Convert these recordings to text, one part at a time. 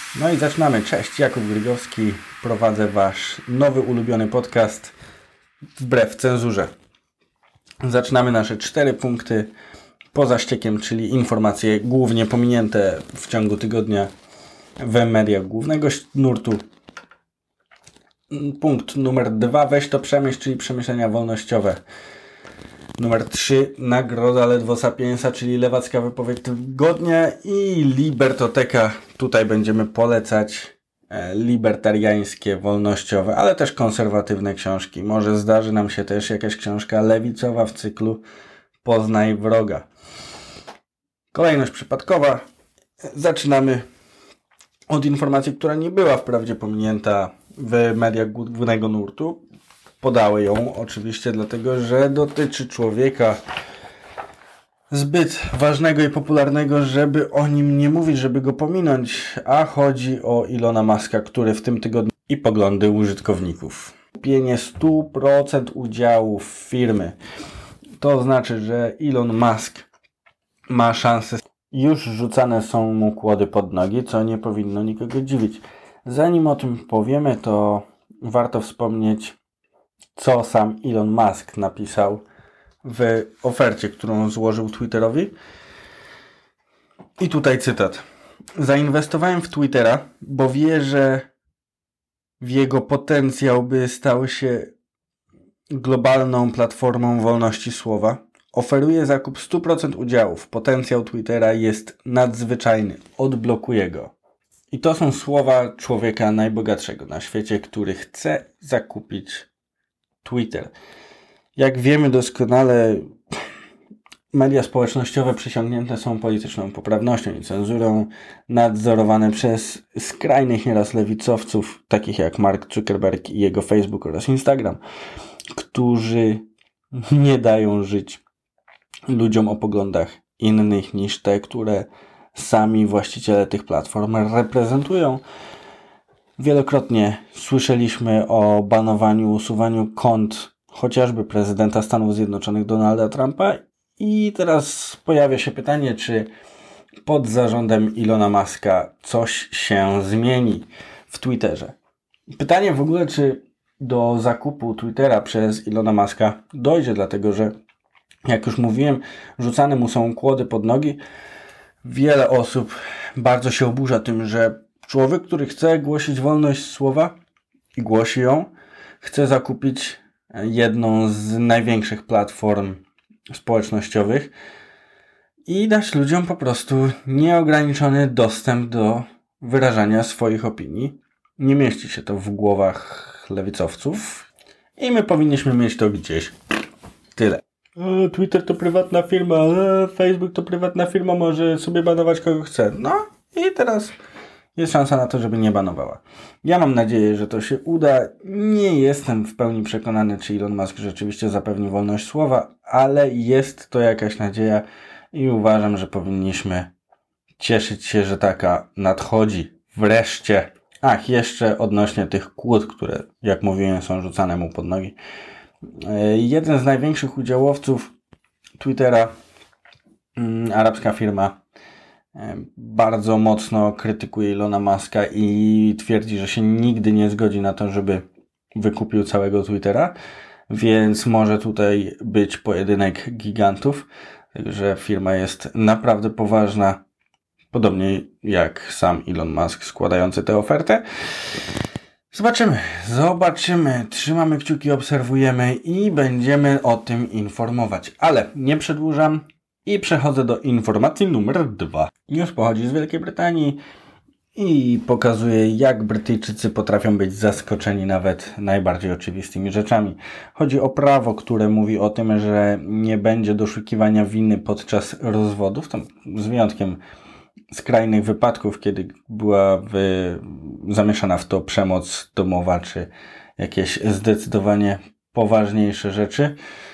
No i zaczynamy. Cześć, Jakub Grygowski. Prowadzę Wasz nowy ulubiony podcast wbrew cenzurze. Zaczynamy nasze 4 punkty poza ściekiem, czyli informacje głównie pominięte w ciągu tygodnia w mediach głównego nurtu. Punkt numer 2. Weź to przemyśl, czyli przemyślenia wolnościowe. Numer 3. Nagroda Ledwo Sapiensa, czyli lewacka wypowiedź tygodnia i Libertoteka. Tutaj będziemy polecać libertariańskie, wolnościowe, ale też konserwatywne książki. Może zdarzy nam się też jakaś książka lewicowa w cyklu Poznaj wroga. Kolejność przypadkowa. Zaczynamy od informacji, która nie była wprawdzie pominięta w mediach głównego nurtu. Podały ją oczywiście dlatego, że dotyczy człowieka zbyt ważnego i popularnego, żeby o nim nie mówić, żeby go pominąć, a chodzi o Ilona Muska, który w tym tygodniu i poglądy użytkowników. Kupienie 100% udziałów firmy. To znaczy, że Elon Musk ma szansę. Już rzucane są mu kłody pod nogi, co nie powinno nikogo dziwić. Zanim o tym powiemy, to warto wspomnieć, co sam Elon Musk napisał w ofercie, którą złożył Twitterowi. I tutaj cytat. Zainwestowałem w Twittera, bo wierzę w jego potencjał, by stał się globalną platformą wolności słowa. Oferuję zakup 100% udziałów. Potencjał Twittera jest nadzwyczajny. Odblokuję go. I to są słowa człowieka najbogatszego na świecie, który chce zakupić Twitter. Jak wiemy doskonale, media społecznościowe przysiągnięte są polityczną poprawnością i cenzurą, nadzorowane przez skrajnych nieraz lewicowców, takich jak Mark Zuckerberg i jego Facebook oraz Instagram, którzy nie dają żyć ludziom o poglądach innych niż te, które sami właściciele tych platform reprezentują. Wielokrotnie słyszeliśmy o banowaniu, usuwaniu kont chociażby prezydenta Stanów Zjednoczonych Donalda Trumpa i teraz pojawia się pytanie, czy pod zarządem Elona Muska coś się zmieni w Twitterze. Pytanie w ogóle, czy do zakupu Twittera przez Elona Muska dojdzie, dlatego że, jak już mówiłem, rzucane mu są kłody pod nogi. Wiele osób bardzo się oburza tym, że człowiek, który chce głosić wolność słowa i głosi ją, chce zakupić jedną z największych platform społecznościowych i dać ludziom po prostu nieograniczony dostęp do wyrażania swoich opinii. Nie mieści się to w głowach lewicowców i my powinniśmy mieć to gdzieś. Tyle. Twitter to prywatna firma, Facebook to prywatna firma, może sobie banować kogo chce. No i teraz jest szansa na to, żeby nie banowała. Ja mam nadzieję, że to się uda. Nie jestem w pełni przekonany, czy Elon Musk rzeczywiście zapewni wolność słowa, ale jest to jakaś nadzieja i uważam, że powinniśmy cieszyć się, że taka nadchodzi. Wreszcie. Ach, jeszcze odnośnie tych kłód, które, jak mówiłem, są rzucane mu pod nogi. Jeden z największych udziałowców Twittera, arabska firma, bardzo mocno krytykuje Elona Muska i twierdzi, że się nigdy nie zgodzi na to, żeby wykupił całego Twittera, więc może tutaj być pojedynek gigantów, że firma jest naprawdę poważna, podobnie jak sam Elon Musk składający tę ofertę. Zobaczymy, trzymamy kciuki, obserwujemy i będziemy o tym informować. Ale nie przedłużam i przechodzę do informacji numer 2. Już pochodzi z Wielkiej Brytanii i pokazuje, jak Brytyjczycy potrafią być zaskoczeni nawet najbardziej oczywistymi rzeczami. Chodzi o prawo, które mówi o tym, że nie będzie doszukiwania winy podczas rozwodów, tam z wyjątkiem skrajnych wypadków, kiedy była zamieszana w to przemoc domowa, czy jakieś zdecydowanie poważniejsze rzeczy.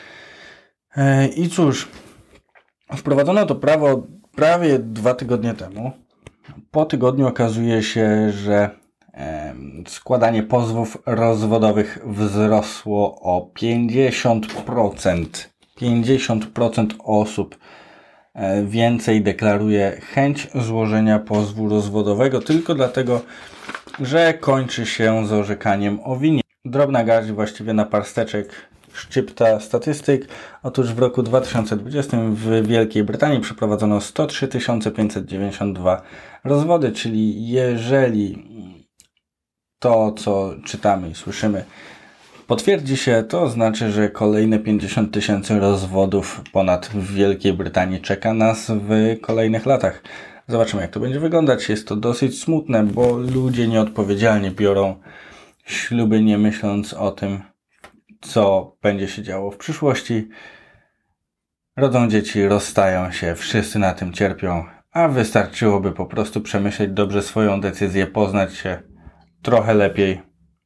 I cóż, wprowadzono to prawo prawie 2 tygodnie temu. Po tygodniu okazuje się, że składanie pozwów rozwodowych wzrosło o 50%. 50% osób Więcej deklaruje chęć złożenia pozwu rozwodowego tylko dlatego, że kończy się z orzekaniem o winie. Drobna garść właściwie na parsteczek szczypta statystyk. Otóż w roku 2020 w Wielkiej Brytanii przeprowadzono 103 592 rozwody, czyli jeżeli to, co czytamy i słyszymy, potwierdzi się, to znaczy, że kolejne 50 000 rozwodów ponad w Wielkiej Brytanii czeka nas w kolejnych latach. Zobaczymy, jak to będzie wyglądać. Jest to dosyć smutne, bo ludzie nieodpowiedzialnie biorą śluby, nie myśląc o tym, co będzie się działo w przyszłości. Rodzą dzieci, rozstają się, wszyscy na tym cierpią, a wystarczyłoby po prostu przemyśleć dobrze swoją decyzję, poznać się trochę lepiej.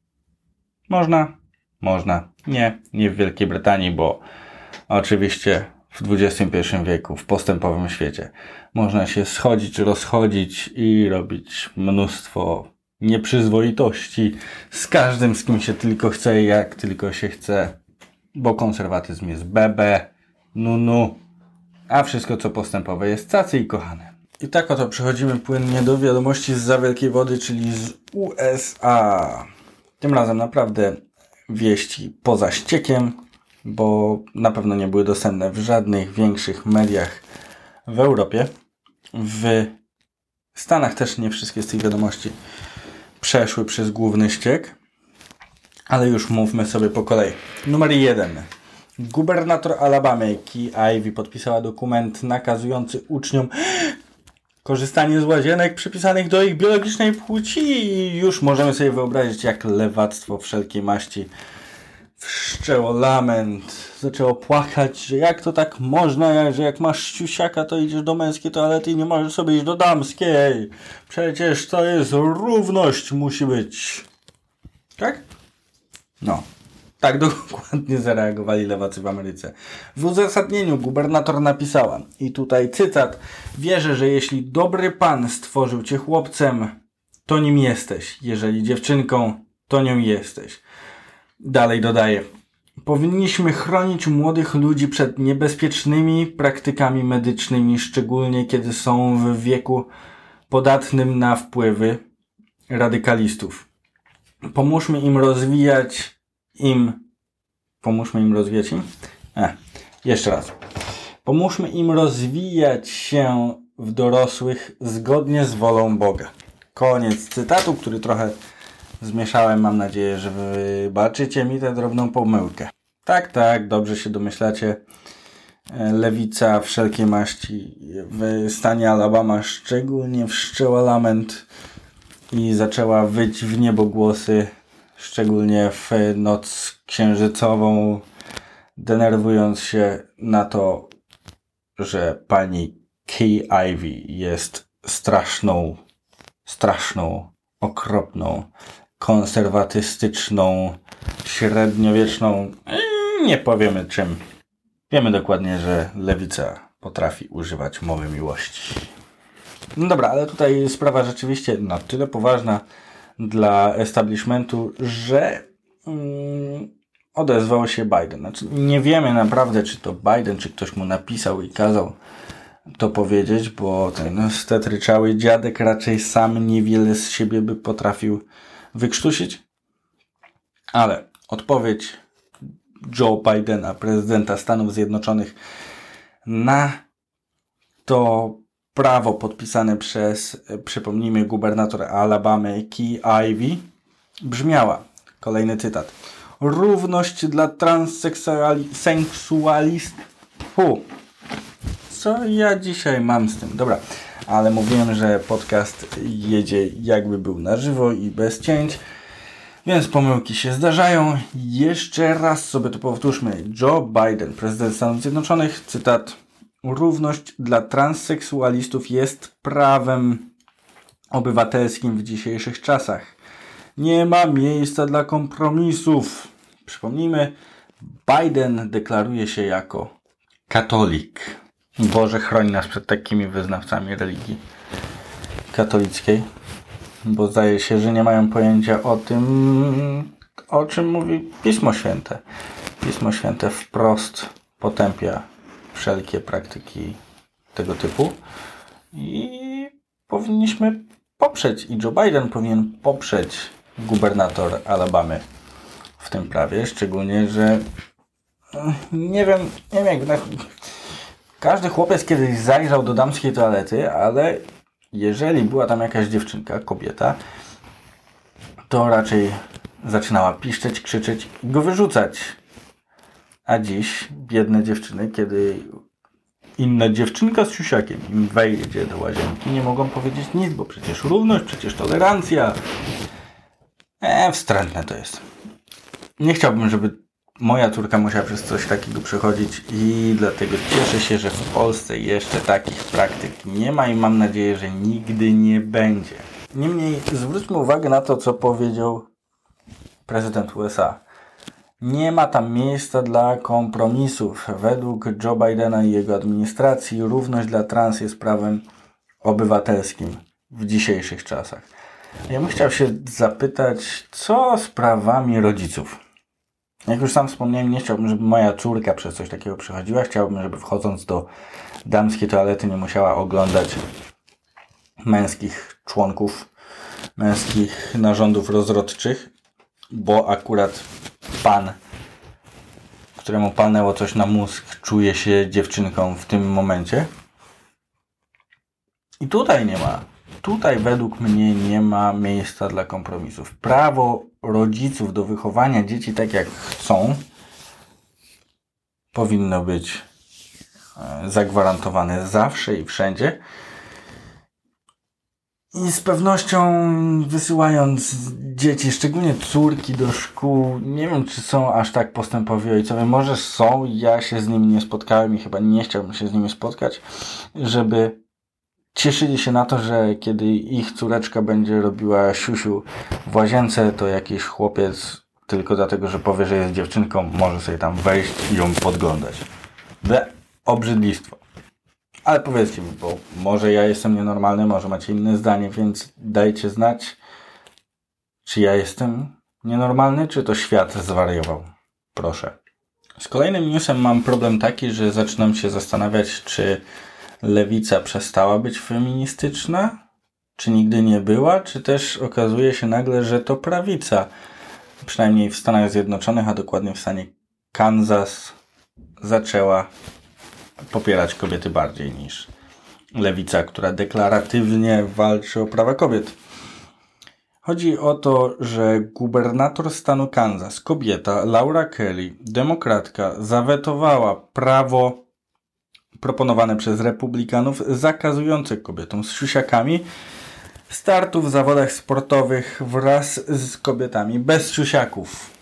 Można. Nie w Wielkiej Brytanii, bo oczywiście w XXI wieku, w postępowym świecie, można się schodzić, rozchodzić i robić mnóstwo nieprzyzwoitości z każdym, z kim się tylko chce, jak tylko się chce, bo konserwatyzm jest bebe, nunu, a wszystko co postępowe jest cacy i kochane. I tak oto przechodzimy płynnie do wiadomości zza wielkiej wody, czyli z USA. Tym razem naprawdę wieści poza ściekiem, bo na pewno nie były dostępne w żadnych większych mediach w Europie. W Stanach też nie wszystkie z tych wiadomości przeszły przez główny ściek, ale już mówmy sobie po kolei. Numer 1. Gubernator Alabamy Kay Ivey podpisała dokument nakazujący uczniom korzystanie z łazienek przypisanych do ich biologicznej płci i już możemy sobie wyobrazić, jak lewactwo wszelkiej maści wszczęło lament, zaczęło płakać, że jak to tak można, że jak masz ściusiaka, to idziesz do męskiej toalety i nie możesz sobie iść do damskiej. Przecież to jest równość, musi być. Tak? No. Tak dokładnie zareagowali lewacy w Ameryce. W uzasadnieniu gubernator napisała, i tutaj cytat: wierzę, że jeśli dobry Pan stworzył Cię chłopcem, to nim jesteś. Jeżeli dziewczynką, to nią jesteś. Dalej dodaje: powinniśmy chronić młodych ludzi przed niebezpiecznymi praktykami medycznymi, szczególnie kiedy są w wieku podatnym na wpływy radykalistów. Pomóżmy im rozwijać Jeszcze raz. Pomóżmy im rozwijać się w dorosłych zgodnie z wolą Boga. Koniec cytatu, który trochę zmieszałem. Mam nadzieję, że wybaczycie mi tę drobną pomyłkę. Tak, dobrze się domyślacie. Lewica wszelkiej maści w stanie Alabama szczególnie wszczęła lament i zaczęła wyć w niebogłosy, szczególnie w noc księżycową, denerwując się na to, że pani Kay Ivey jest straszną, okropną, konserwatystyczną, średniowieczną, nie powiemy czym. Wiemy dokładnie, że lewica potrafi używać mowy miłości. No dobra, ale tutaj sprawa rzeczywiście na tyle poważna dla establishmentu, że odezwał się Biden. Znaczy, nie wiemy naprawdę, czy to Biden, czy ktoś mu napisał i kazał to powiedzieć, bo ten stetryczały dziadek raczej sam niewiele z siebie by potrafił wykrztusić. Ale odpowiedź Joe Bidena, prezydenta Stanów Zjednoczonych, na to prawo podpisane przez, przypomnijmy, gubernator Alabamy Kay Ivey brzmiała, kolejny cytat: równość dla transseksualistów. Co ja dzisiaj mam z tym? Dobra, ale mówiłem, że podcast jedzie jakby był na żywo i bez cięć, więc pomyłki się zdarzają. Jeszcze raz sobie to powtórzmy. Joe Biden, prezydent Stanów Zjednoczonych, cytat: równość dla transseksualistów jest prawem obywatelskim w dzisiejszych czasach. Nie ma miejsca dla kompromisów. Przypomnijmy, Biden deklaruje się jako katolik. Boże, chroń nas przed takimi wyznawcami religii katolickiej, bo zdaje się, że nie mają pojęcia o tym, o czym mówi Pismo Święte. Pismo Święte wprost potępia wszelkie praktyki tego typu i powinniśmy poprzeć i Joe Biden powinien poprzeć gubernator Alabamy w tym prawie, szczególnie, że nie wiem jak każdy chłopiec kiedyś zajrzał do damskiej toalety, ale jeżeli była tam jakaś dziewczynka, kobieta, to raczej zaczynała piszczeć, krzyczeć i go wyrzucać. A dziś biedne dziewczyny, kiedy inna dziewczynka z siusiakiem im wejdzie do łazienki, nie mogą powiedzieć nic, bo przecież równość, przecież tolerancja. Wstrętne to jest. Nie chciałbym, żeby moja córka musiała przez coś takiego przechodzić i dlatego cieszę się, że w Polsce jeszcze takich praktyk nie ma i mam nadzieję, że nigdy nie będzie. Niemniej zwróćmy uwagę na to, co powiedział prezydent USA. Nie ma tam miejsca dla kompromisów. Według Joe Bidena i jego administracji równość dla trans jest prawem obywatelskim w dzisiejszych czasach. Ja bym chciał się zapytać, co z prawami rodziców? Jak już sam wspomniałem, nie chciałbym, żeby moja córka przez coś takiego przechodziła. Chciałbym, żeby wchodząc do damskiej toalety nie musiała oglądać męskich członków, męskich narządów rozrodczych, bo akurat pan, któremu palnęło coś na mózg, czuje się dziewczynką w tym momencie. I tutaj według mnie nie ma miejsca dla kompromisów. Prawo rodziców do wychowania dzieci tak jak chcą powinno być zagwarantowane zawsze i wszędzie. I z pewnością wysyłając dzieci, szczególnie córki do szkół, nie wiem czy są aż tak postępowi ojcowie, może są, ja się z nimi nie spotkałem i chyba nie chciałbym się z nimi spotkać, żeby cieszyli się na to, że kiedy ich córeczka będzie robiła siusiu w łazience, to jakiś chłopiec tylko dlatego, że powie, że jest dziewczynką, może sobie tam wejść i ją podglądać. Obrzydlistwo. Ale powiedzcie mi, bo może ja jestem nienormalny, może macie inne zdanie, więc dajcie znać, czy ja jestem nienormalny, czy to świat zwariował. Proszę. Z kolejnym newsem mam problem taki, że zaczynam się zastanawiać, czy lewica przestała być feministyczna, czy nigdy nie była, czy też okazuje się nagle, że to prawica. Przynajmniej w Stanach Zjednoczonych, a dokładnie w stanie Kansas, zaczęła popierać kobiety bardziej niż lewica, która deklaratywnie walczy o prawa kobiet. Chodzi o to, że gubernator stanu Kansas, kobieta Laura Kelly, demokratka, zawetowała prawo proponowane przez republikanów zakazujące kobietom z siusiakami startu w zawodach sportowych wraz z kobietami bez siusiaków.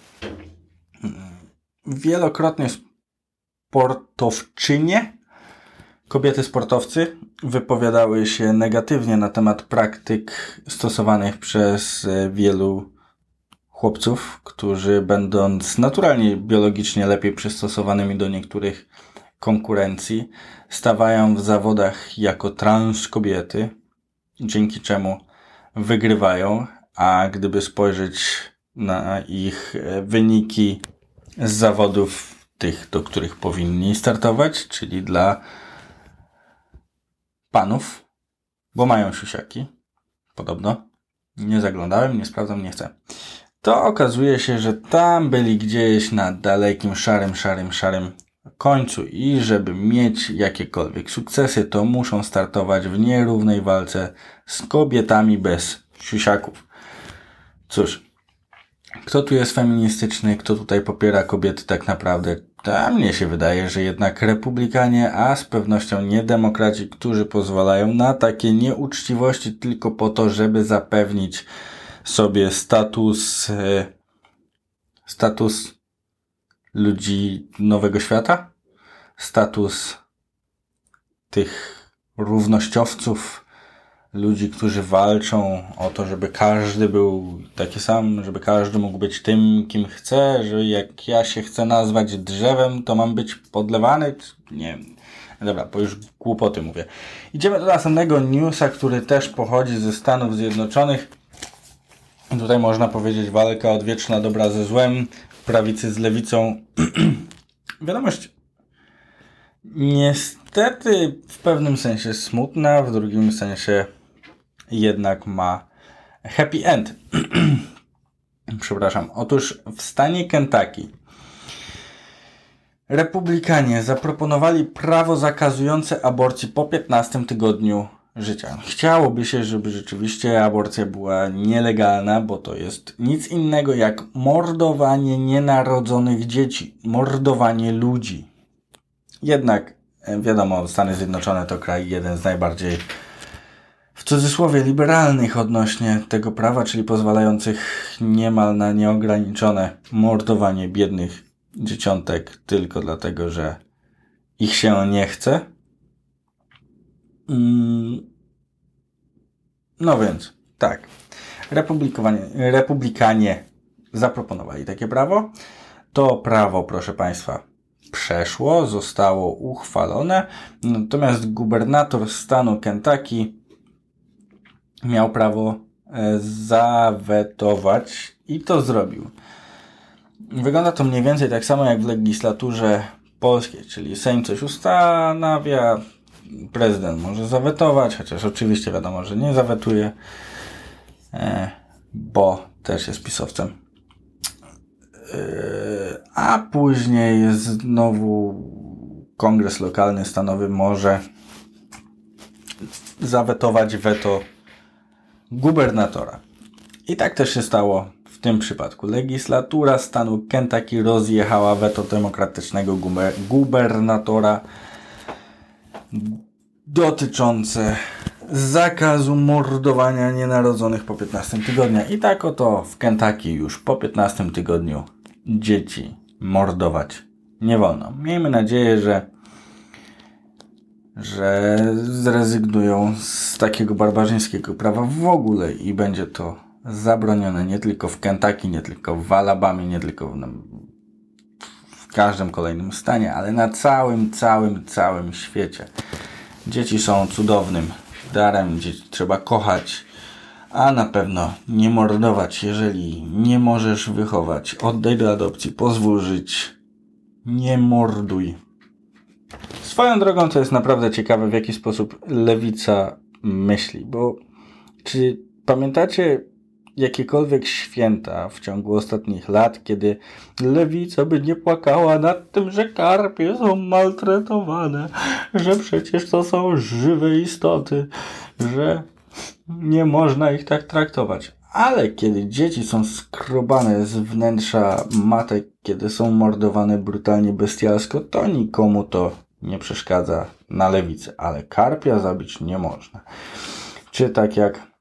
Wielokrotnie sportowczynie, kobiety sportowcy wypowiadały się negatywnie na temat praktyk stosowanych przez wielu chłopców, którzy będąc naturalnie biologicznie lepiej przystosowanymi do niektórych konkurencji, stawają w zawodach jako trans kobiety, dzięki czemu wygrywają, a gdyby spojrzeć na ich wyniki z zawodów tych, do których powinni startować, czyli dla panów, bo mają siusiaki, podobno. Nie zaglądałem, nie sprawdzam, nie chcę. To okazuje się, że tam byli gdzieś na dalekim, szarym końcu i żeby mieć jakiekolwiek sukcesy, to muszą startować w nierównej walce z kobietami bez siusiaków. Cóż, kto tu jest feministyczny, kto tutaj popiera kobiety tak naprawdę? To mnie się wydaje, że jednak republikanie, a z pewnością nie demokraci, którzy pozwalają na takie nieuczciwości tylko po to, żeby zapewnić sobie status ludzi nowego świata, status tych równościowców, ludzi, którzy walczą o to, żeby każdy był taki sam, żeby każdy mógł być tym, kim chce, że jak ja się chcę nazwać drzewem, to mam być podlewany. Nie wiem. Dobra, bo już głupoty mówię. Idziemy do następnego newsa, który też pochodzi ze Stanów Zjednoczonych. Tutaj można powiedzieć walka odwieczna dobra ze złem, prawicy z lewicą. Wiadomość Niestety w pewnym sensie smutna, w drugim sensie jednak ma happy end. Przepraszam. Otóż w stanie Kentucky Republikanie zaproponowali prawo zakazujące aborcji po 15 tygodniu życia. Chciałoby się, żeby rzeczywiście aborcja była nielegalna, bo to jest nic innego jak mordowanie nienarodzonych dzieci, mordowanie ludzi. Jednak wiadomo, Stany Zjednoczone to kraj jeden z najbardziej w cudzysłowie liberalnych odnośnie tego prawa, czyli pozwalających niemal na nieograniczone mordowanie biednych dzieciątek tylko dlatego, że ich się nie chce. No więc, tak. Republikanie zaproponowali takie prawo. To prawo, proszę Państwa, przeszło, zostało uchwalone. Natomiast gubernator stanu Kentucky miał prawo zawetować i to zrobił. Wygląda to mniej więcej tak samo jak w legislaturze polskiej, czyli Sejm coś ustanawia, prezydent może zawetować, chociaż oczywiście wiadomo, że nie zawetuje, bo też jest pisowcem. A później znowu kongres lokalny stanowy może zawetować weto gubernatora. I tak też się stało w tym przypadku. Legislatura stanu Kentucky rozjechała weto demokratycznego gubernatora dotyczące zakazu mordowania nienarodzonych po 15 tygodniu. I tak oto w Kentucky już po 15 tygodniu dzieci mordować nie wolno. Miejmy nadzieję, że zrezygnują z takiego barbarzyńskiego prawa w ogóle i będzie to zabronione nie tylko w Kentucky, nie tylko w Alabamie, nie tylko w każdym kolejnym stanie, ale na całym świecie. Dzieci są cudownym darem, dzieci trzeba kochać, a na pewno nie mordować. Jeżeli nie możesz wychować, oddaj do adopcji, pozwól żyć, nie morduj. Swoją drogą to jest naprawdę ciekawe, w jaki sposób lewica myśli, bo czy pamiętacie jakiekolwiek święta w ciągu ostatnich lat, kiedy lewica by nie płakała nad tym, że karpie są maltretowane, że przecież to są żywe istoty, że nie można ich tak traktować. Ale kiedy dzieci są skrobane z wnętrza matek, kiedy są mordowane brutalnie, bestialsko, to nikomu to nie przeszkadza na lewicy. Ale karpia zabić nie można. Czy tak jak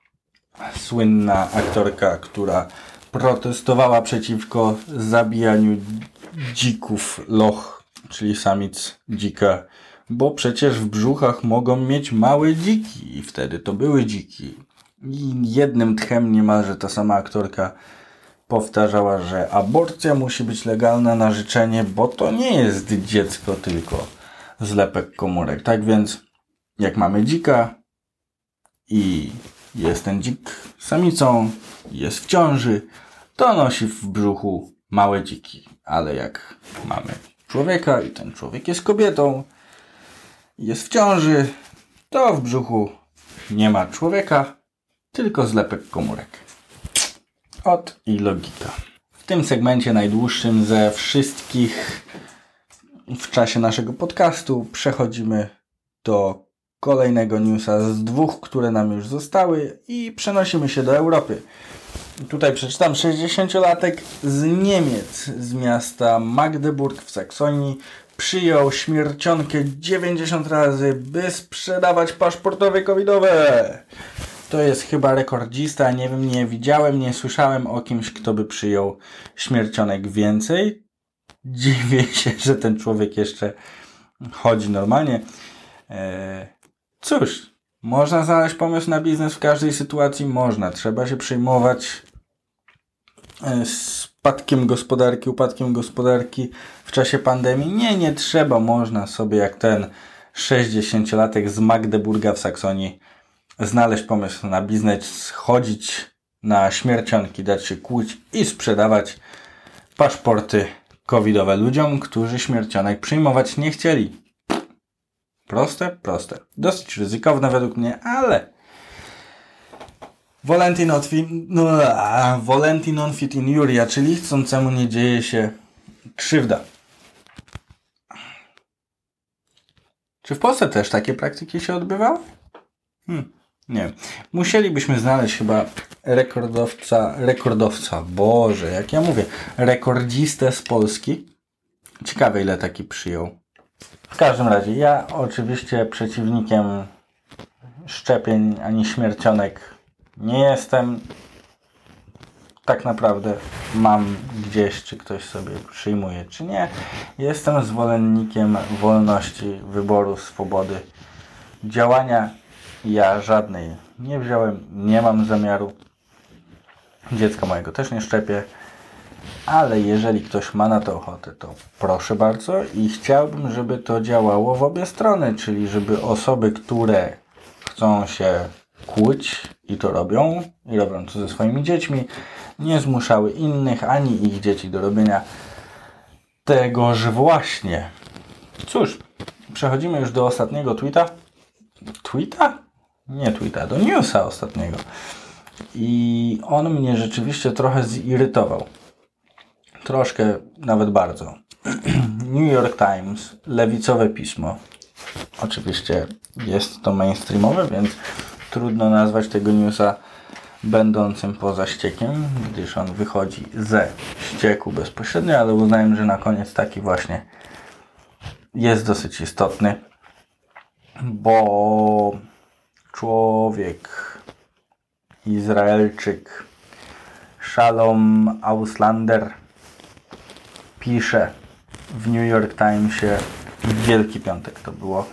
słynna aktorka, która protestowała przeciwko zabijaniu dzików loch, czyli samic dzika, bo przecież w brzuchach mogą mieć małe dziki i wtedy to były dziki. I jednym tchem niemalże ta sama aktorka powtarzała, że aborcja musi być legalna na życzenie, bo to nie jest dziecko, tylko zlepek komórek. Tak więc jak mamy dzika i jest ten dzik samicą, jest w ciąży, to nosi w brzuchu małe dziki. Ale jak mamy człowieka i ten człowiek jest kobietą, jest w ciąży, to w brzuchu nie ma człowieka, tylko zlepek komórek. Ot i logika. W tym segmencie najdłuższym ze wszystkich w czasie naszego podcastu przechodzimy do kolejnego newsa z dwóch, które nam już zostały i przenosimy się do Europy. Tutaj przeczytam: 60-latek z Niemiec, z miasta Magdeburg w Saksonii, przyjął śmiercionkę 90 razy, by sprzedawać paszportowe covidowe. To jest chyba rekordzista, nie wiem, nie widziałem, nie słyszałem o kimś, kto by przyjął śmiercionek więcej. Dziwię się, że ten człowiek jeszcze chodzi normalnie. Cóż, można znaleźć pomysł na biznes w każdej sytuacji? Można. Trzeba się przejmować upadkiem gospodarki w czasie pandemii? Nie trzeba. Można sobie jak ten 60-latek z Magdeburga w Saksonii znaleźć pomysł na biznes, chodzić na śmiercionki, dać się kłuć i sprzedawać paszporty covidowe ludziom, którzy śmiercionek przyjmować nie chcieli. Proste. Dosyć ryzykowne według mnie, ale Volenti non fit injuria, czyli chcącemu nie dzieje się krzywda. Czy w Polsce też takie praktyki się odbywały? Nie wiem. Musielibyśmy znaleźć chyba rekordowca, Boże, jak ja mówię, rekordzistę z Polski. Ciekawe, ile taki przyjął. W każdym razie, ja oczywiście przeciwnikiem szczepień ani śmiercionek nie jestem. Tak naprawdę mam gdzieś, czy ktoś sobie przyjmuje, czy nie. Jestem zwolennikiem wolności, wyboru, swobody działania. Ja żadnej nie wziąłem, nie mam zamiaru. Dziecka mojego też nie szczepię. Ale jeżeli ktoś ma na to ochotę, to proszę bardzo i chciałbym, żeby to działało w obie strony, czyli żeby osoby, które chcą się kłuć i to robią, i robią to ze swoimi dziećmi, nie zmuszały innych ani ich dzieci do robienia tegoż właśnie. Cóż, przechodzimy już do ostatniego tweeta. Do newsa ostatniego. I on mnie rzeczywiście trochę zirytował. Troszkę, nawet bardzo. New York Times, lewicowe pismo. Oczywiście jest to mainstreamowe, więc trudno nazwać tego newsa będącym poza ściekiem, gdyż on wychodzi ze ścieku bezpośrednio, ale uznałem, że na koniec taki właśnie jest dosyć istotny, bo człowiek, Izraelczyk, Shalom Auslander pisze w New York Timesie w Wielki Piątek to było: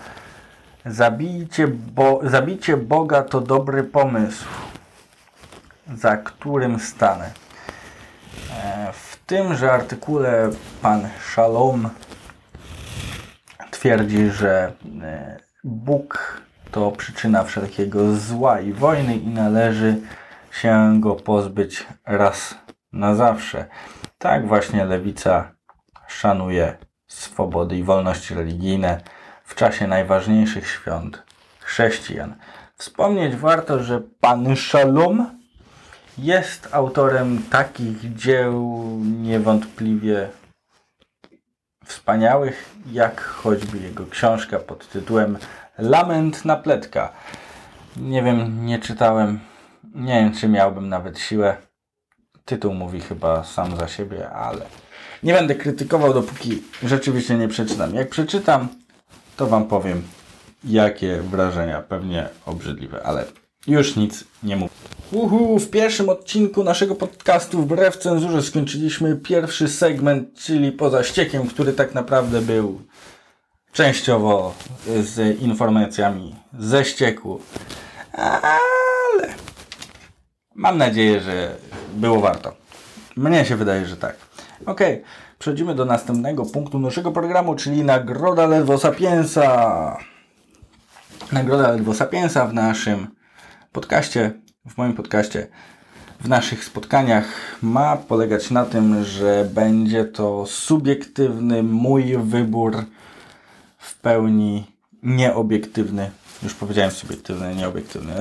zabicie Boga to dobry pomysł, za którym stanę. W tymże artykule pan Shalom twierdzi, że Bóg to przyczyna wszelkiego zła i wojny i należy się go pozbyć raz na zawsze. Tak właśnie lewica szanuje swobody i wolności religijne w czasie najważniejszych świąt chrześcijan. Wspomnieć warto, że pan Shalom jest autorem takich dzieł niewątpliwie wspaniałych, jak choćby jego książka pod tytułem Lament na pletka. Nie wiem, nie czytałem, nie wiem, czy miałbym nawet siłę. Tytuł mówi chyba sam za siebie, ale nie będę krytykował, dopóki rzeczywiście nie przeczytam. Jak przeczytam, to wam powiem, jakie wrażenia, pewnie obrzydliwe, ale już nic nie mówię. W pierwszym odcinku naszego podcastu Wbrew Cenzurze skończyliśmy pierwszy segment, czyli Poza ściekiem, który tak naprawdę był częściowo z informacjami ze ścieku, ale mam nadzieję, że było warto. Mnie się wydaje, że tak. Okej, przechodzimy do następnego punktu naszego programu, czyli Nagroda Ledwo Sapiensa. Nagroda Ledwo Sapiensa w naszym podcaście, w moim podcaście, w naszych spotkaniach ma polegać na tym, że będzie to subiektywny mój wybór, w pełni nieobiektywny. Już powiedziałem subiektywny, nieobiektywny.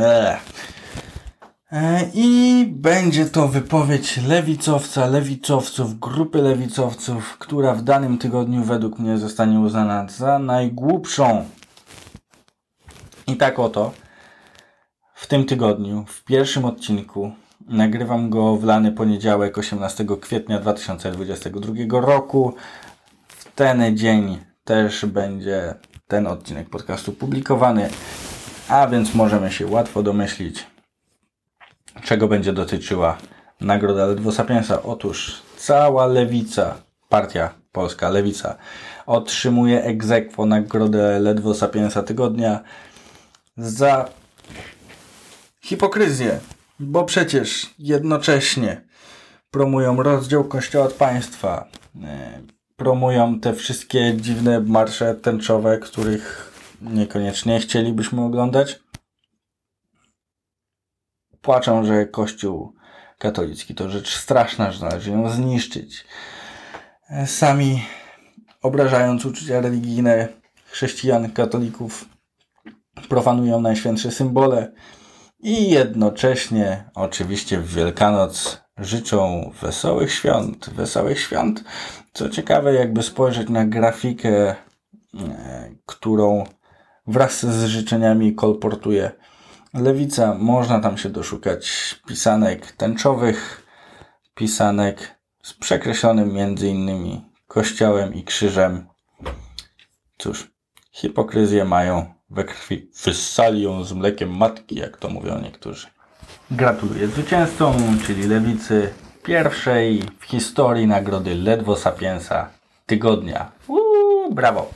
I będzie to wypowiedź lewicowców, grupy lewicowców, która w danym tygodniu według mnie zostanie uznana za najgłupszą. I tak oto w tym tygodniu, w pierwszym odcinku, nagrywam go w lany poniedziałek, 18 kwietnia 2022 roku. W ten dzień też będzie ten odcinek podcastu publikowany, a więc możemy się łatwo domyślić, czego będzie dotyczyła Nagroda Ledwo Sapiensa. Otóż cała lewica, partia polska Lewica, otrzymuje ex aequo Nagrodę Ledwo Sapiensa tygodnia za hipokryzję, bo przecież jednocześnie promują rozdział Kościoła od państwa, promują te wszystkie dziwne marsze tęczowe, których niekoniecznie chcielibyśmy oglądać. Płaczą, że Kościół katolicki to rzecz straszna, że należy ją zniszczyć. Sami obrażając uczucia religijne, chrześcijan, katolików profanują najświętsze symbole i jednocześnie oczywiście w Wielkanoc życzą wesołych świąt. Co ciekawe, jakby spojrzeć na grafikę, którą wraz z życzeniami kolportuje Lewica, można tam się doszukać pisanek tęczowych, pisanek z przekreślonym między innymi kościołem i krzyżem. Cóż, hipokryzję mają we krwi, wyssali ją z mlekiem matki, jak to mówią niektórzy. Gratuluję zwycięzcom, czyli Lewicy, pierwszej w historii nagrody Ledwo Sapiensa tygodnia. Brawo!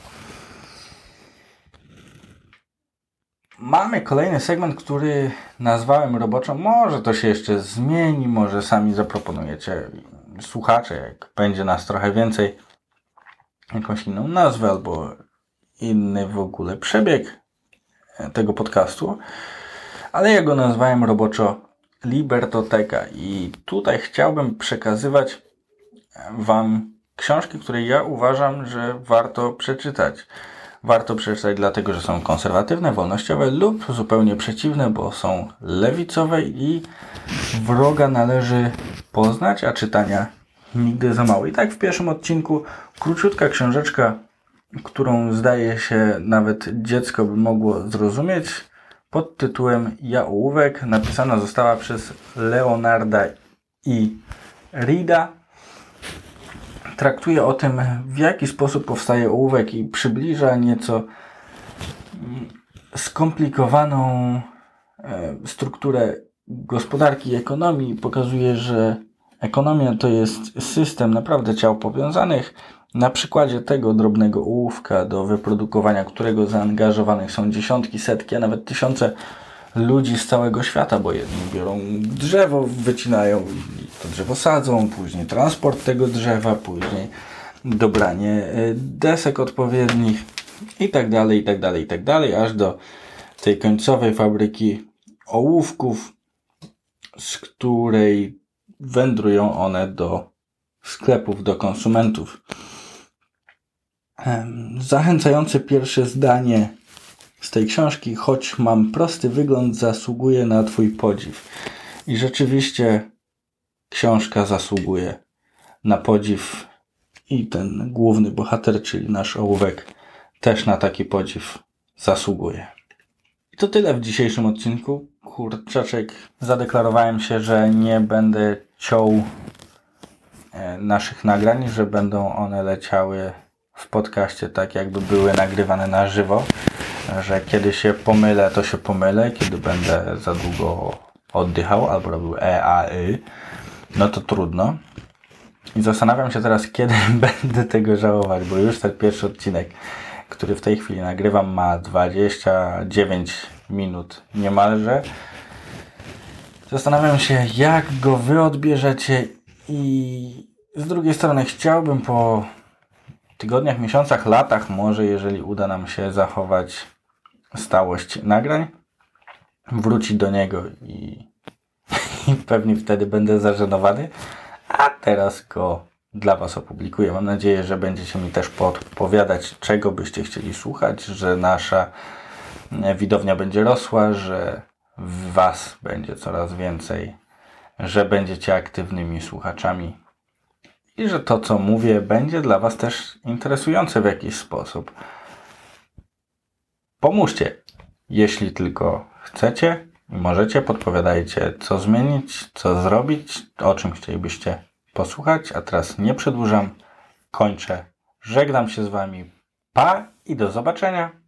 Mamy kolejny segment, który nazwałem roboczo. Może to się jeszcze zmieni, może sami zaproponujecie, słuchacze, jak będzie nas trochę więcej, jakąś inną nazwę albo inny w ogóle przebieg tego podcastu. Ale ja go nazwałem roboczo Libertoteka i tutaj chciałbym przekazywać Wam książki, które ja uważam, że warto przeczytać. Warto przeczytać dlatego, że są konserwatywne, wolnościowe lub zupełnie przeciwne, bo są lewicowe i wroga należy poznać, a czytania nigdy za mało. I tak w pierwszym odcinku króciutka książeczka, którą zdaje się nawet dziecko by mogło zrozumieć, pod tytułem Ja ołówek, napisana została przez Leonarda i Reeda. Traktuje o tym, w jaki sposób powstaje ołówek i przybliża nieco skomplikowaną strukturę gospodarki i ekonomii. Pokazuje, że ekonomia to jest system naprawdę ciał powiązanych. Na przykładzie tego drobnego ołówka, do wyprodukowania którego zaangażowanych są dziesiątki, setki, a nawet tysiące ludzi z całego świata, bo jedni biorą drzewo, wycinają i to drzewo sadzą, później transport tego drzewa, później dobranie desek odpowiednich i tak dalej, aż do tej końcowej fabryki ołówków, z której wędrują one do sklepów, do konsumentów. Zachęcające pierwsze zdanie z tej książki: choć mam prosty wygląd, zasługuje na Twój podziw. I rzeczywiście książka zasługuje na podziw i ten główny bohater, czyli nasz ołówek, też na taki podziw zasługuje. I to tyle w dzisiejszym odcinku. Kurczaczek, zadeklarowałem się, że nie będę ciął naszych nagrań, że będą one leciały w podcaście tak, jakby były nagrywane na żywo, że kiedy się pomylę, to się pomylę, kiedy będę za długo oddychał albo robił no to trudno. I zastanawiam się teraz, kiedy będę tego żałować, bo już ten pierwszy odcinek, który w tej chwili nagrywam, ma 29 minut niemalże. Zastanawiam się, jak go wy odbierzecie i z drugiej strony chciałbym po tygodniach, miesiącach, latach, może jeżeli uda nam się zachować stałość nagrań, wrócić do niego i pewnie wtedy będę zażenowany, a teraz go dla Was opublikuję. Mam nadzieję, że będziecie mi też podpowiadać, czego byście chcieli słuchać, że nasza widownia będzie rosła, że Was będzie coraz więcej, że będziecie aktywnymi słuchaczami i że to, co mówię, będzie dla Was też interesujące w jakiś sposób. Pomóżcie, jeśli tylko chcecie i możecie, podpowiadajcie, co zmienić, co zrobić, o czym chcielibyście posłuchać. A teraz nie przedłużam, kończę, żegnam się z Wami, pa i do zobaczenia.